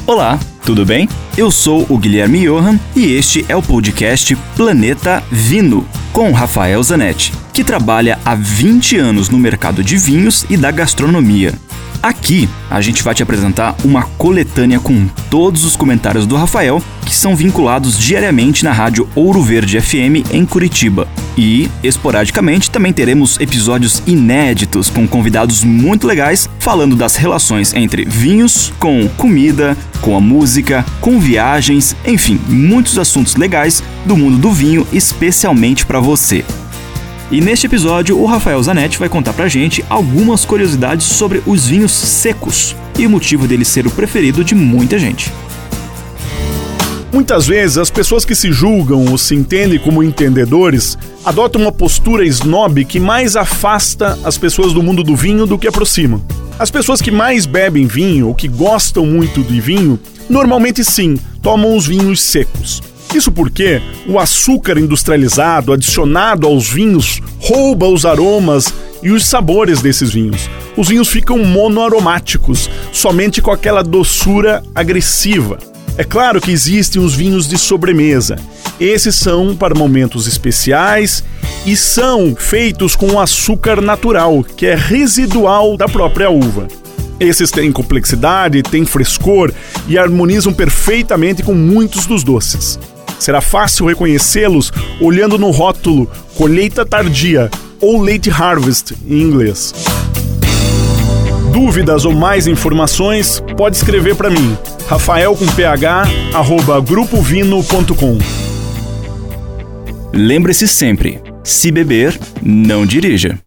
Olá, tudo bem? Eu sou o Guilherme Johan e este é o podcast Planeta Vino, com Rafael Zanetti, que trabalha há 20 anos no mercado de vinhos e da gastronomia. Aqui, a gente vai te apresentar uma coletânea com todos os comentários do Rafael, que são vinculados diariamente na rádio Ouro Verde FM em Curitiba. E, esporadicamente, também teremos episódios inéditos com convidados muito legais, falando das relações entre vinhos, com comida, com a música, com viagens, enfim, muitos assuntos legais do mundo do vinho, especialmente para você. E neste episódio, o Rafael Zanetti vai contar pra gente algumas curiosidades sobre os vinhos secos e o motivo dele ser o preferido de muita gente. Muitas vezes, as pessoas que se julgam ou se entendem como entendedores adotam uma postura snob que mais afasta as pessoas do mundo do vinho do que aproxima. As pessoas que mais bebem vinho ou que gostam muito de vinho, normalmente sim, tomam os vinhos secos. Isso porque o açúcar industrializado adicionado aos vinhos rouba os aromas e os sabores desses vinhos. Os vinhos ficam monoaromáticos, somente com aquela doçura agressiva. É claro que existem os vinhos de sobremesa. Esses são para momentos especiais e são feitos com açúcar natural, que é residual da própria uva. Esses têm complexidade, têm frescor e harmonizam perfeitamente com muitos dos doces. Será fácil reconhecê-los olhando no rótulo colheita tardia ou late harvest em inglês. Dúvidas ou mais informações, pode escrever para mim, rafael@grupovino.com. Lembre-se sempre, se beber, não dirija.